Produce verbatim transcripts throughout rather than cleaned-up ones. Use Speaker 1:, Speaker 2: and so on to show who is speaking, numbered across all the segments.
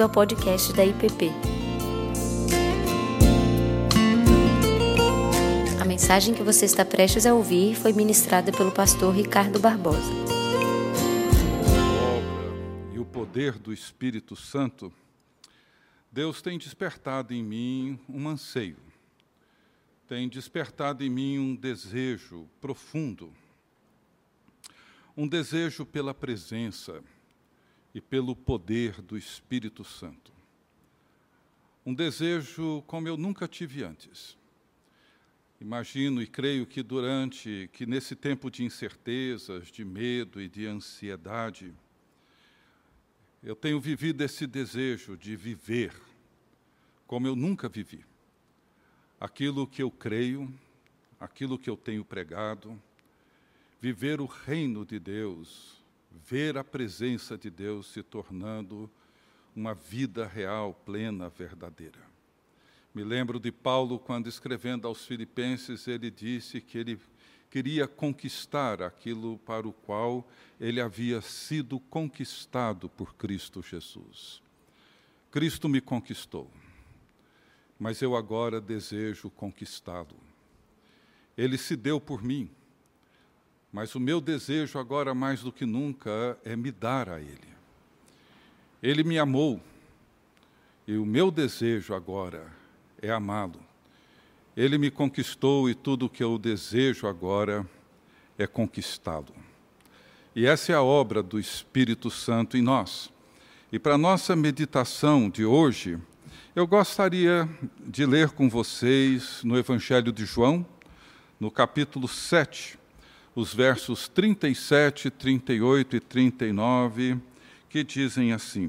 Speaker 1: bem-vindo ao podcast da I P P. A mensagem que você está prestes a ouvir foi ministrada pelo pastor Ricardo Barbosa.
Speaker 2: A obra e o poder do Espírito Santo, Deus tem despertado em mim um anseio, tem despertado em mim um desejo profundo, um desejo pela presença e pelo poder do Espírito Santo. Um desejo como eu nunca tive antes. Imagino e creio que durante, que nesse tempo de incertezas, de medo e de ansiedade, eu tenho vivido esse desejo de viver como eu nunca vivi. Aquilo que eu creio, aquilo que eu tenho pregado, viver o reino de Deus, ver a presença de Deus se tornando uma vida real, plena, verdadeira. Me lembro de Paulo, quando escrevendo aos Filipenses, ele disse que ele queria conquistar aquilo para o qual ele havia sido conquistado por Cristo Jesus. Cristo me conquistou, mas eu agora desejo conquistá-lo. Ele se deu por mim, mas o meu desejo agora, mais do que nunca, é me dar a Ele. Ele me amou, e o meu desejo agora é amá-lo. Ele me conquistou, e tudo o que eu desejo agora é conquistá-lo. E essa é a obra do Espírito Santo em nós. E para a nossa meditação de hoje, eu gostaria de ler com vocês no Evangelho de João, no capítulo sete, os versos trinta e sete, trinta e oito e trinta e nove, que dizem assim: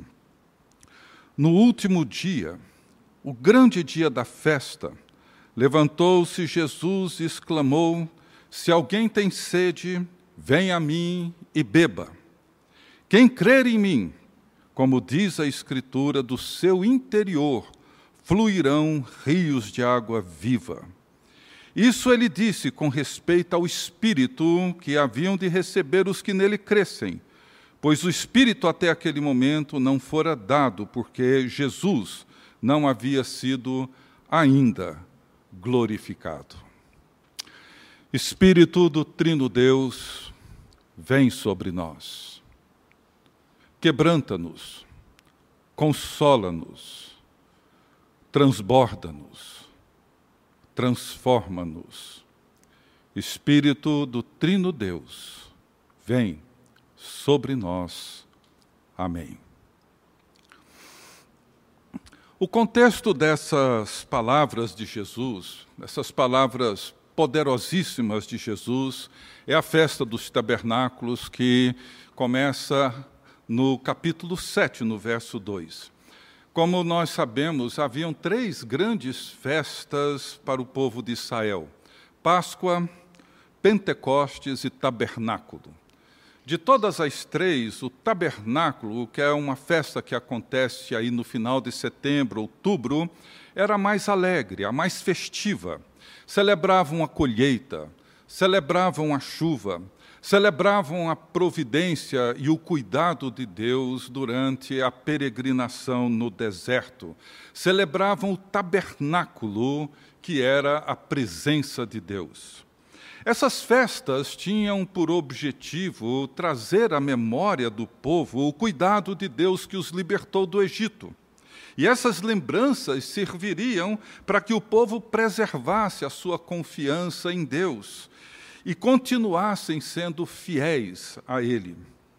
Speaker 2: No último dia, o grande dia da festa, levantou-se Jesus e exclamou: Se alguém tem sede, venha a mim e beba. Quem crer em mim, como diz a Escritura, do seu interior fluirão rios de água viva. Isso ele disse com respeito ao Espírito que haviam de receber os que nele crescem, pois o Espírito até aquele momento não fora dado, porque Jesus não havia sido ainda glorificado. Espírito do Trino Deus, vem sobre nós. Quebranta-nos, consola-nos, transborda-nos, transforma-nos. Espírito do Trino Deus, vem sobre nós. Amém. O contexto dessas palavras de Jesus, essas palavras poderosíssimas de Jesus, é a festa dos tabernáculos, que começa no capítulo sete, no verso dois. Como nós sabemos, haviam três grandes festas para o povo de Israel: Páscoa, Pentecostes e Tabernáculo. De todas as três, o tabernáculo, que é uma festa que acontece aí no final de setembro, outubro, era a mais alegre, a mais festiva. Celebravam a colheita, celebravam a chuva, celebravam a providência e o cuidado de Deus durante a peregrinação no deserto. Celebravam o tabernáculo, que era a presença de Deus. Essas festas tinham por objetivo trazer à memória do povo o cuidado de Deus que os libertou do Egito. E essas lembranças serviriam para que o povo preservasse a sua confiança em Deus e continuassem sendo fiéis a Ele.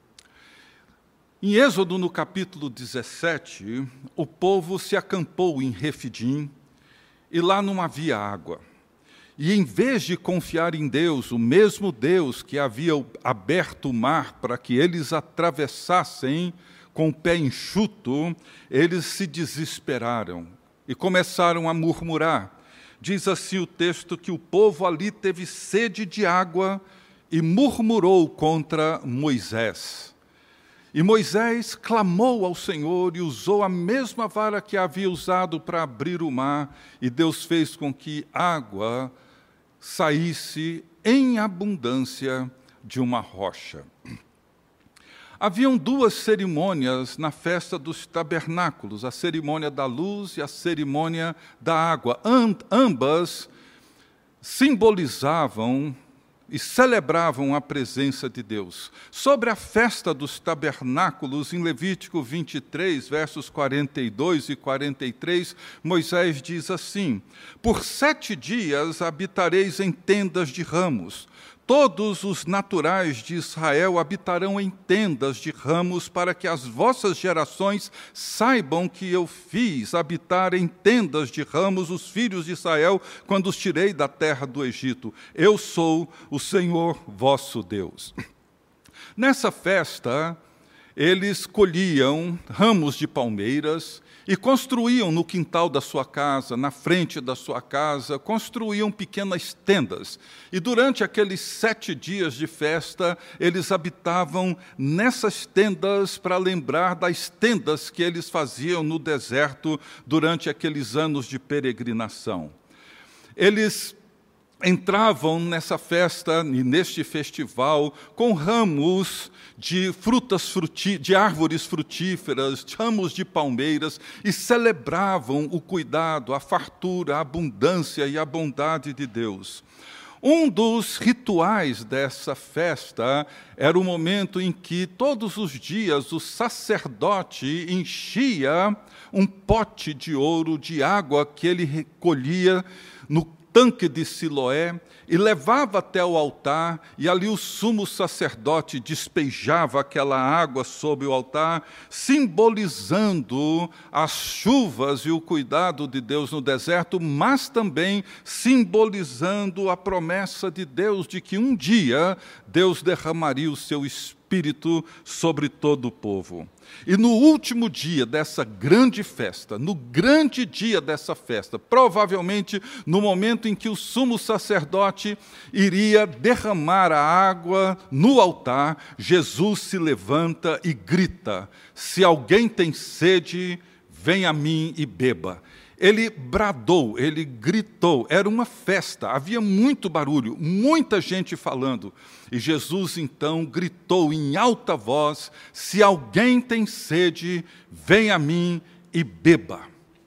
Speaker 2: Em Êxodo, no capítulo dezessete, o povo se acampou em Refidim, e lá não havia água. E em vez de confiar em Deus, o mesmo Deus que havia aberto o mar para que eles atravessassem com o pé enxuto, eles se desesperaram e começaram a murmurar. Diz assim o texto que o povo ali teve sede de água e murmurou contra Moisés. E Moisés clamou ao Senhor e usou a mesma vara que havia usado para abrir o mar, e Deus fez com que água saísse em abundância de uma rocha. Haviam duas cerimônias na festa dos tabernáculos, a cerimônia da luz e a cerimônia da água. Ambas simbolizavam e celebravam a presença de Deus. Sobre a festa dos tabernáculos, em Levítico vinte e três, versos quarenta e dois e quarenta e três, Moisés diz assim: por sete dias habitareis em tendas de ramos. Todos os naturais de Israel habitarão em tendas de ramos, para que as vossas gerações saibam que eu fiz habitar em tendas de ramos os filhos de Israel, quando os tirei da terra do Egito. Eu sou o Senhor vosso Deus. Nessa festa, eles colhiam ramos de palmeiras e construíam no quintal da sua casa, na frente da sua casa, construíam pequenas tendas. E durante aqueles sete dias de festa, eles habitavam nessas tendas para lembrar das tendas que eles faziam no deserto durante aqueles anos de peregrinação. Eles entravam nessa festa e neste festival com ramos de frutas fruti- de árvores frutíferas, ramos de palmeiras, e celebravam o cuidado, a fartura, a abundância e a bondade de Deus. Um dos rituais dessa festa era o momento em que, todos os dias, o sacerdote enchia um pote de ouro de água que ele recolhia no tanque de Siloé e levava até o altar, e ali o sumo sacerdote despejava aquela água sobre o altar, simbolizando as chuvas e o cuidado de Deus no deserto, mas também simbolizando a promessa de Deus de que um dia Deus derramaria o seu Espírito sobre todo o povo. E no último dia dessa grande festa, no grande dia dessa festa, provavelmente no momento em que o sumo sacerdote iria derramar a água no altar, Jesus se levanta e grita: se alguém tem sede, vem a mim e beba. Ele bradou, ele gritou, era uma festa, havia muito barulho, muita gente falando. E Jesus então gritou em alta voz: se alguém tem sede, vem a mim e beba.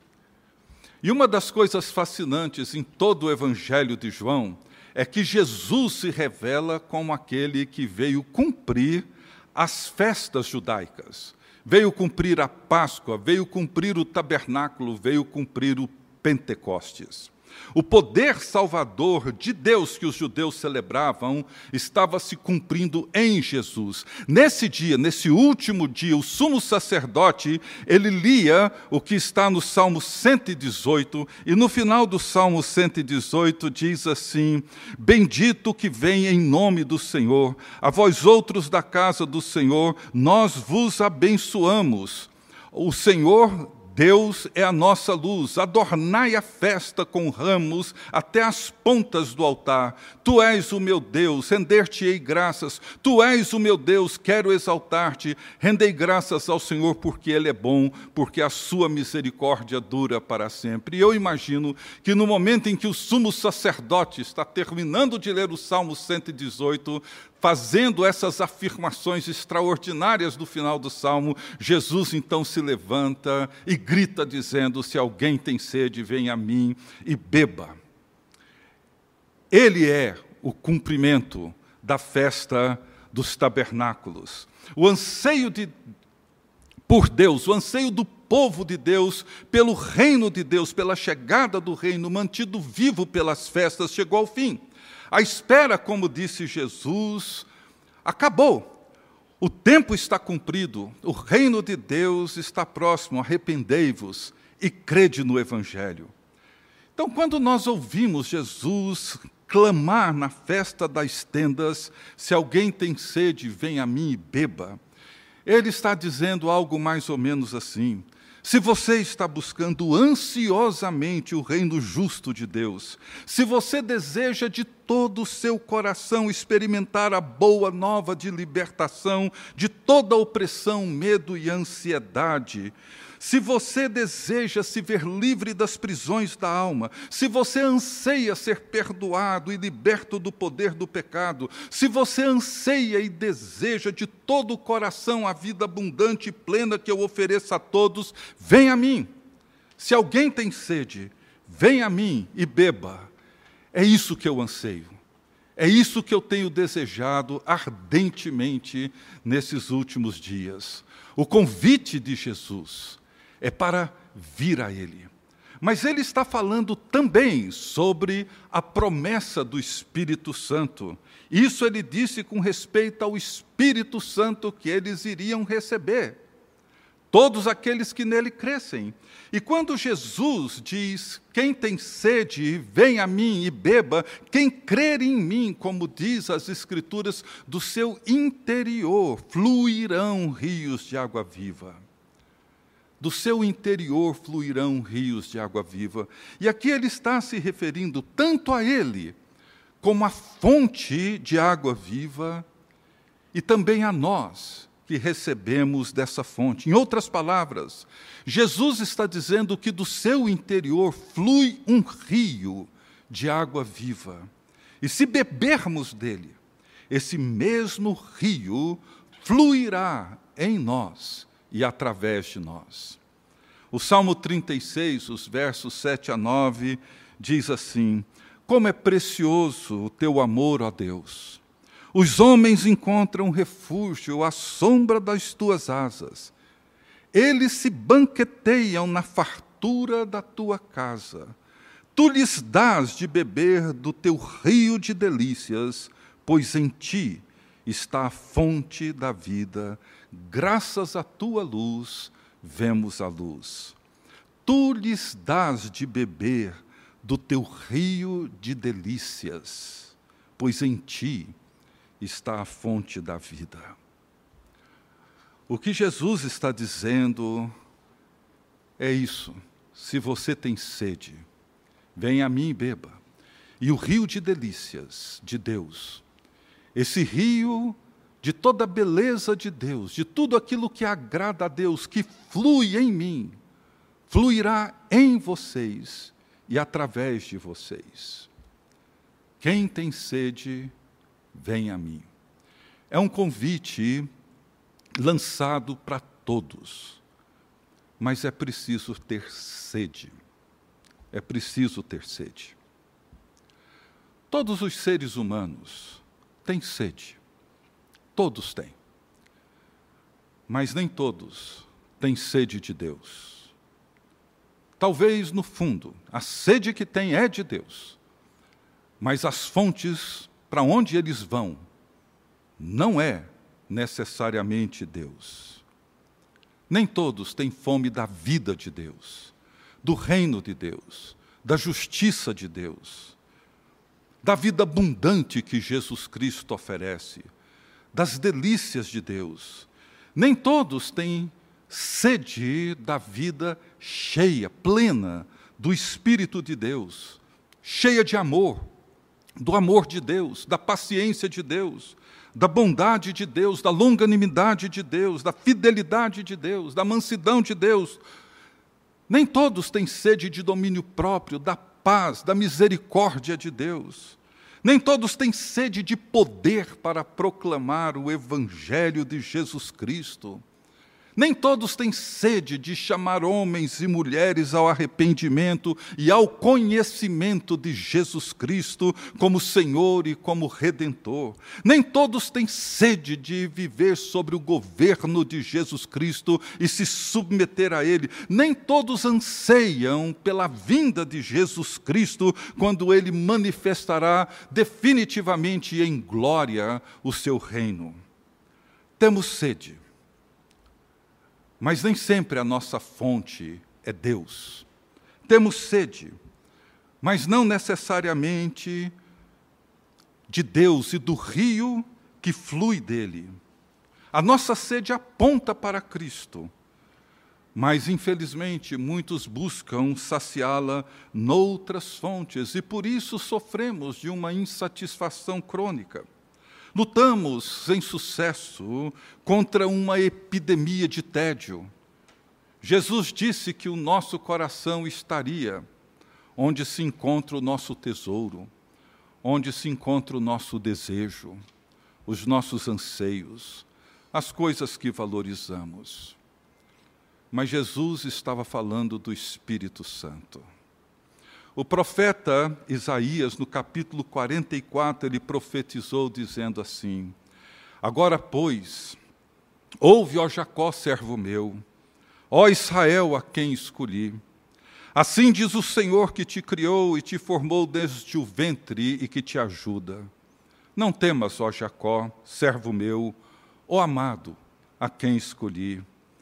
Speaker 2: E uma das coisas fascinantes em todo o Evangelho de João é que Jesus se revela como aquele que veio cumprir as festas judaicas. Veio cumprir a Páscoa, veio cumprir o tabernáculo, veio cumprir o Pentecostes. O poder salvador de Deus que os judeus celebravam estava se cumprindo em Jesus. Nesse dia, nesse último dia, o sumo sacerdote, ele lia o que está no Salmo cento e dezoito, e no final do Salmo cento e dezoito diz assim: bendito que vem em nome do Senhor, a vós outros da casa do Senhor, nós vos abençoamos. O Senhor Deus é a nossa luz, adornai a festa com ramos até as pontas do altar. Tu és o meu Deus, render-te-ei graças. Tu és o meu Deus, quero exaltar-te. Rendei graças ao Senhor porque Ele é bom, porque a sua misericórdia dura para sempre. E eu imagino que no momento em que o sumo sacerdote está terminando de ler o Salmo cento e dezoito, fazendo essas afirmações extraordinárias do final do Salmo, Jesus então se levanta e grita dizendo: se alguém tem sede, venha a mim e beba. Ele é o cumprimento da festa dos tabernáculos. O anseio de, por Deus, o anseio do povo de Deus, pelo reino de Deus, pela chegada do reino, mantido vivo pelas festas, chegou ao fim. A espera, como disse Jesus, acabou. O tempo está cumprido, o reino de Deus está próximo, arrependei-vos e crede no Evangelho. Então, quando nós ouvimos Jesus clamar na festa das tendas: se alguém tem sede, vem a mim e beba, ele está dizendo algo mais ou menos assim: se você está buscando ansiosamente o reino justo de Deus, se você deseja de todo o seu coração experimentar a boa nova de libertação de toda opressão, medo e ansiedade, se você deseja se ver livre das prisões da alma, se você anseia ser perdoado e liberto do poder do pecado, se você anseia e deseja de todo o coração a vida abundante e plena que eu ofereço a todos, venha a mim. Se alguém tem sede, venha a mim e beba. É isso que eu anseio. É isso que eu tenho desejado ardentemente nesses últimos dias. O convite de Jesus é para vir a Ele. Mas Ele está falando também sobre a promessa do Espírito Santo. Isso Ele disse com respeito ao Espírito Santo que eles iriam receber. Todos aqueles que nele crescem. E quando Jesus diz, quem tem sede, vem a mim e beba, quem crer em mim, como diz as Escrituras, do seu interior fluirão rios de água viva. Do seu interior fluirão rios de água viva. E aqui ele está se referindo tanto a ele, como a fonte de água viva, e também a nós, que recebemos dessa fonte. Em outras palavras, Jesus está dizendo que do seu interior flui um rio de água viva. E se bebermos dele, esse mesmo rio fluirá em nós e através de nós. O Salmo trinta e seis, os versos sete a nove, diz assim: como é precioso o teu amor, ó Deus! Os homens encontram refúgio à sombra das tuas asas. Eles se banqueteiam na fartura da tua casa. Tu lhes dás de beber do teu rio de delícias, pois em ti está a fonte da vida. Graças à tua luz, vemos a luz. Tu lhes dás de beber do teu rio de delícias, pois em ti está a fonte da vida. O que Jesus está dizendo é isso: se você tem sede, venha a mim e beba. E o rio de delícias de Deus, esse rio de toda a beleza de Deus, de tudo aquilo que agrada a Deus, que flui em mim, fluirá em vocês e através de vocês. Quem tem sede, venha a mim. É um convite lançado para todos, mas é preciso ter sede. É preciso ter sede. Todos os seres humanos têm sede. Todos têm. Mas nem todos têm sede de Deus. Talvez, no fundo, a sede que têm é de Deus, mas as fontes para onde eles vão não é necessariamente Deus. Nem todos têm fome da vida de Deus, do reino de Deus, da justiça de Deus, da vida abundante que Jesus Cristo oferece, das delícias de Deus. Nem todos têm sede da vida cheia, plena do Espírito de Deus, cheia de amor, do amor de Deus, da paciência de Deus, da bondade de Deus, da longanimidade de Deus, da fidelidade de Deus, da mansidão de Deus. Nem todos têm sede de domínio próprio, da paz, da misericórdia de Deus. Nem todos têm sede de poder para proclamar o Evangelho de Jesus Cristo. Nem todos têm sede de chamar homens e mulheres ao arrependimento e ao conhecimento de Jesus Cristo como Senhor e como Redentor. Nem todos têm sede de viver sobre o governo de Jesus Cristo e se submeter a Ele. Nem todos anseiam pela vinda de Jesus Cristo, quando Ele manifestará definitivamente em glória o seu reino. Temos sede. Mas nem sempre a nossa fonte é Deus. Temos sede, mas não necessariamente de Deus e do rio que flui dele. A nossa sede aponta para Cristo, Mas, infelizmente, muitos buscam saciá-la noutras fontes e, por isso, sofremos de uma insatisfação crônica. Lutamos sem sucesso contra uma epidemia de tédio. Jesus disse que o nosso coração estaria onde se encontra o nosso tesouro, onde se encontra o nosso desejo, os nossos anseios, as coisas que valorizamos. Mas Jesus estava falando do Espírito Santo. O profeta Isaías, no capítulo quarenta e quatro, ele profetizou dizendo assim: agora, pois, ouve, ó Jacó, servo meu, ó Israel, a quem escolhi. Assim diz o Senhor que te criou e te formou desde o ventre e que te ajuda. Não temas, ó Jacó, servo meu, ó amado, a quem escolhi.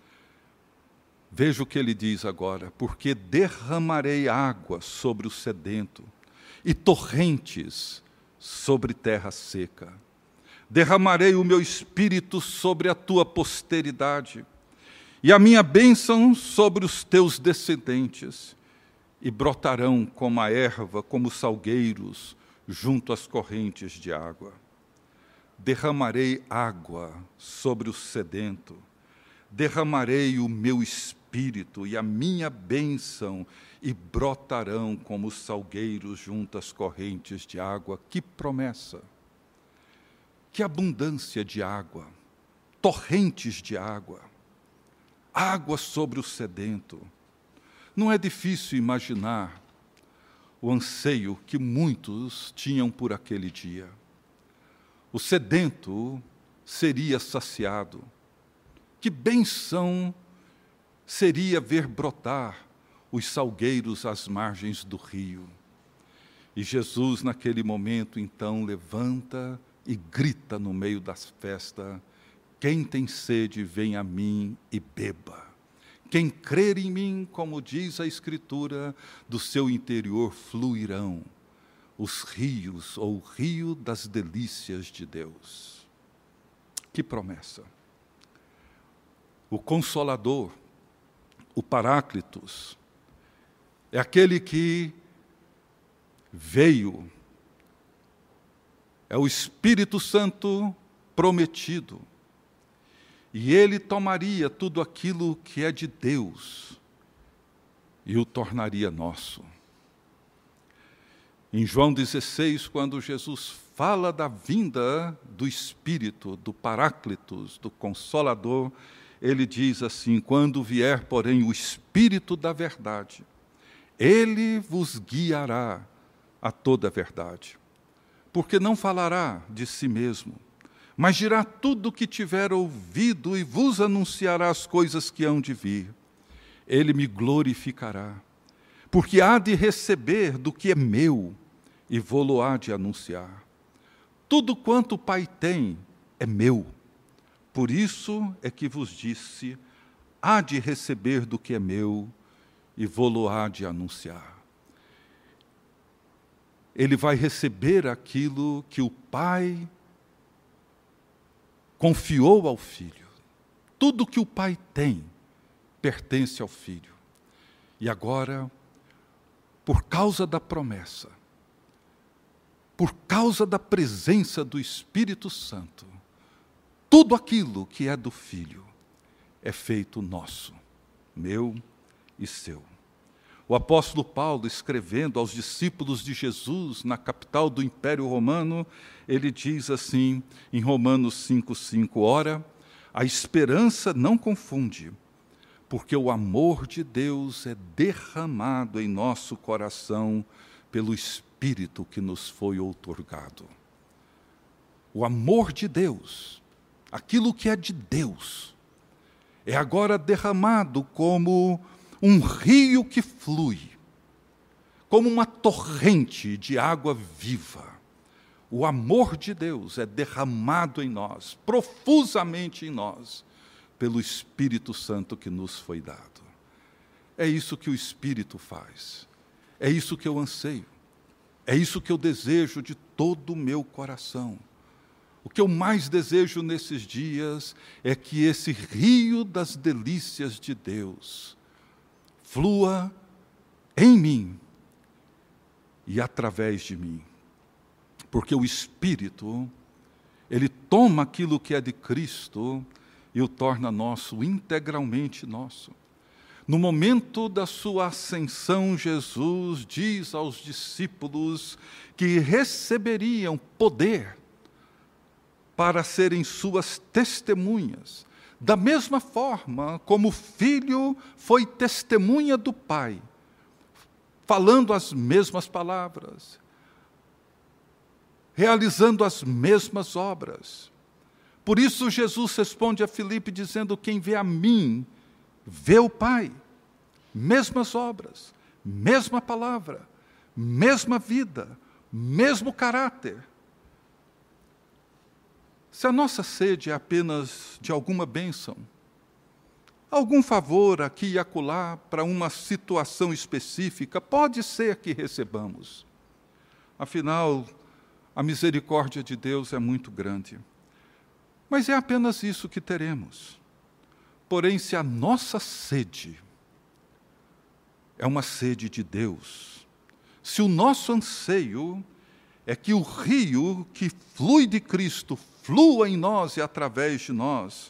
Speaker 2: Veja o que ele diz agora: porque derramarei água sobre o sedento e torrentes sobre terra seca. Derramarei o meu espírito sobre a tua posteridade e a minha bênção sobre os teus descendentes, e brotarão como a erva, como salgueiros, junto às correntes de água. Derramarei água sobre o sedento, derramarei o meu espírito e a minha bênção, e brotarão como salgueiros junto às correntes de água. Que promessa! Que abundância de água, torrentes de água, água sobre o sedento. Não é difícil imaginar o anseio que muitos tinham por aquele dia. O sedento seria saciado. Que bênção seria ver brotar os salgueiros às margens do rio. E Jesus, naquele momento, então, levanta e grita no meio das festas: quem tem sede, vem a mim e beba. Quem crer em mim, como diz a Escritura, do seu interior fluirão os rios, ou o rio das delícias de Deus. Que promessa! O Consolador, o Paráclitos, é aquele que veio, é o Espírito Santo prometido, e ele tomaria tudo aquilo que é de Deus e o tornaria nosso. Em João dezesseis, quando Jesus fala da vinda do Espírito, do Paráclitos, do Consolador, ele diz assim: quando vier, porém, o Espírito da verdade, ele vos guiará a toda a verdade, porque não falará de si mesmo, mas dirá tudo o que tiver ouvido e vos anunciará as coisas que hão de vir. Ele me glorificará, porque há de receber do que é meu e vô-lo há de anunciar. Tudo quanto o Pai tem é meu. Por isso é que vos disse: há de receber do que é meu e vô-lo há de anunciar. Ele vai receber aquilo que o Pai confiou ao Filho. Tudo que o Pai tem pertence ao Filho. E agora, por causa da promessa, por causa da presença do Espírito Santo, tudo aquilo que é do Filho é feito nosso, meu e seu. O apóstolo Paulo, escrevendo aos discípulos de Jesus na capital do Império Romano, ele diz assim, em Romanos cinco, cinco, ora, a esperança não confunde, porque o amor de Deus é derramado em nosso coração pelo Espírito que nos foi outorgado. O amor de Deus, aquilo que é de Deus, é agora derramado como um rio que flui, como uma torrente de água viva. O amor de Deus é derramado em nós, profusamente em nós, pelo Espírito Santo que nos foi dado. É isso que o Espírito faz, é isso que eu anseio, é isso que eu desejo de todo o meu coração. O que eu mais desejo nesses dias é que esse rio das delícias de Deus flua em mim e através de mim. Porque o Espírito, ele toma aquilo que é de Cristo e o torna nosso, integralmente nosso. No momento da sua ascensão, Jesus diz aos discípulos que receberiam poder para serem suas testemunhas, da mesma forma como o Filho foi testemunha do Pai, falando as mesmas palavras, realizando as mesmas obras. Por isso Jesus responde a Filipe dizendo: quem vê a mim, vê o Pai. Mesmas obras, mesma palavra, mesma vida, mesmo caráter. Se a nossa sede é apenas de alguma bênção, algum favor aqui e acolá para uma situação específica, pode ser que recebamos. Afinal, a misericórdia de Deus é muito grande. Mas é apenas isso que teremos. Porém, se a nossa sede é uma sede de Deus, se o nosso anseio é que o rio que flui de Cristo flua em nós e através de nós,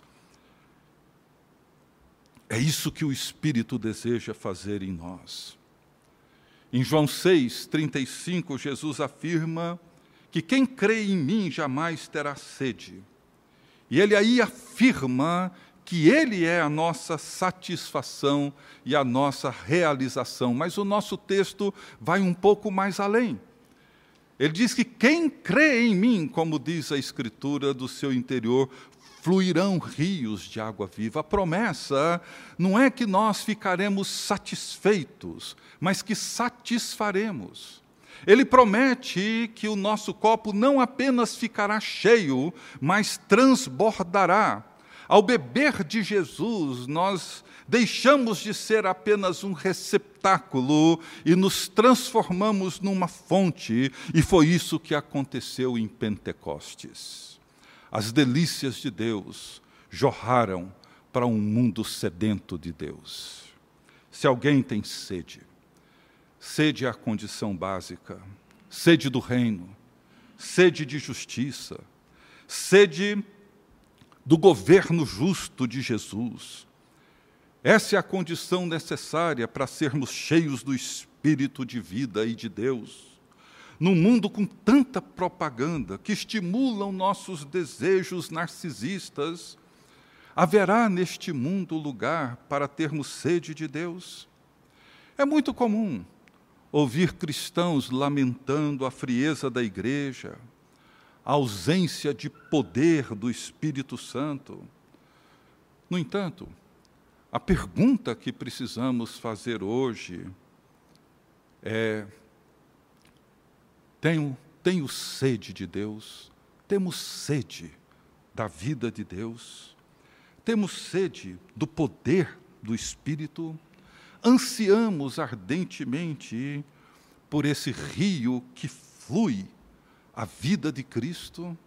Speaker 2: é isso que o Espírito deseja fazer em nós. Em João seis, trinta e cinco, Jesus afirma que quem crê em mim jamais terá sede. E ele aí afirma que ele é a nossa satisfação e a nossa realização. Mas o nosso texto vai um pouco mais além. Ele diz que quem crê em mim, como diz a Escritura, do seu interior fluirão rios de água viva. A promessa não é que nós ficaremos satisfeitos, mas que satisfaremos. Ele promete que o nosso copo não apenas ficará cheio, mas transbordará. Ao beber de Jesus, nós deixamos de ser apenas um receptáculo e nos transformamos numa fonte, e foi isso que aconteceu em Pentecostes. As delícias de Deus jorraram para um mundo sedento de Deus. Se alguém tem sede, sede é a condição básica, sede do reino, sede de justiça, sede do governo justo de Jesus. Essa é a condição necessária para sermos cheios do Espírito de vida e de Deus. Num mundo com tanta propaganda que estimulam nossos desejos narcisistas, haverá neste mundo lugar para termos sede de Deus? É muito comum ouvir cristãos lamentando a frieza da igreja, a ausência de poder do Espírito Santo. No entanto, a pergunta que precisamos fazer hoje é: tenho, tenho sede de Deus? Temos sede da vida de Deus? Temos sede do poder do Espírito? Ansiamos ardentemente por esse rio que flui a vida de Cristo?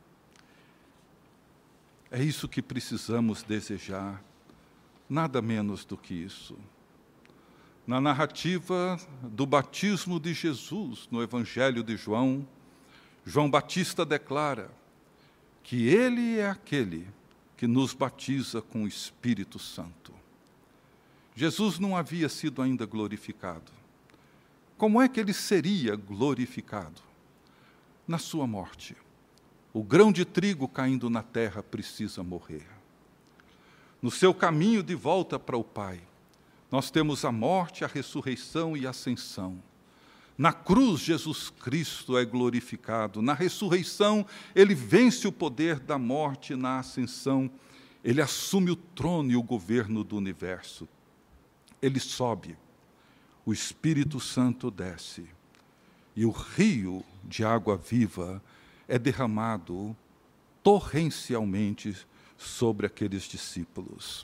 Speaker 2: É isso que precisamos desejar, nada menos do que isso. Na narrativa do batismo de Jesus, no Evangelho de João, João Batista declara que ele é aquele que nos batiza com o Espírito Santo. Jesus não havia sido ainda glorificado. Como é que ele seria glorificado? Na sua morte. O grão de trigo caindo na terra precisa morrer. No seu caminho de volta para o Pai, nós temos a morte, a ressurreição e a ascensão. Na cruz, Jesus Cristo é glorificado. Na ressurreição, ele vence o poder da morte. Na ascensão, ele assume o trono e o governo do universo. Ele sobe, o Espírito Santo desce, e o rio de água viva é derramado torrencialmente sobre aqueles discípulos.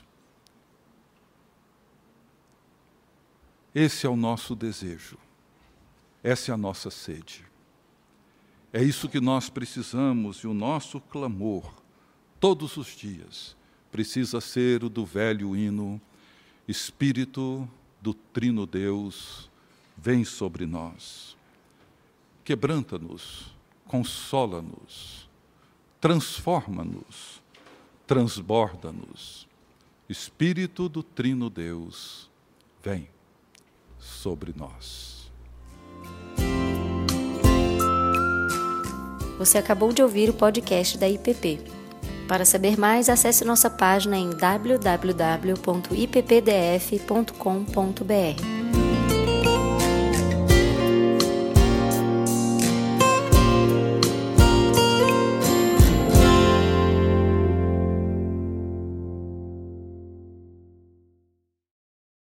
Speaker 2: Esse é o nosso desejo, essa é a nossa sede. É isso que nós precisamos, e o nosso clamor, todos os dias, precisa ser o do velho hino: Espírito do Trino Deus, vem sobre nós. Quebranta-nos, consola-nos, transforma-nos, transborda-nos. Espírito do Trino Deus, vem sobre nós.
Speaker 1: Você acabou de ouvir o podcast da I P P. Para saber mais, acesse nossa página em w w w ponto i p p d f ponto com ponto b r.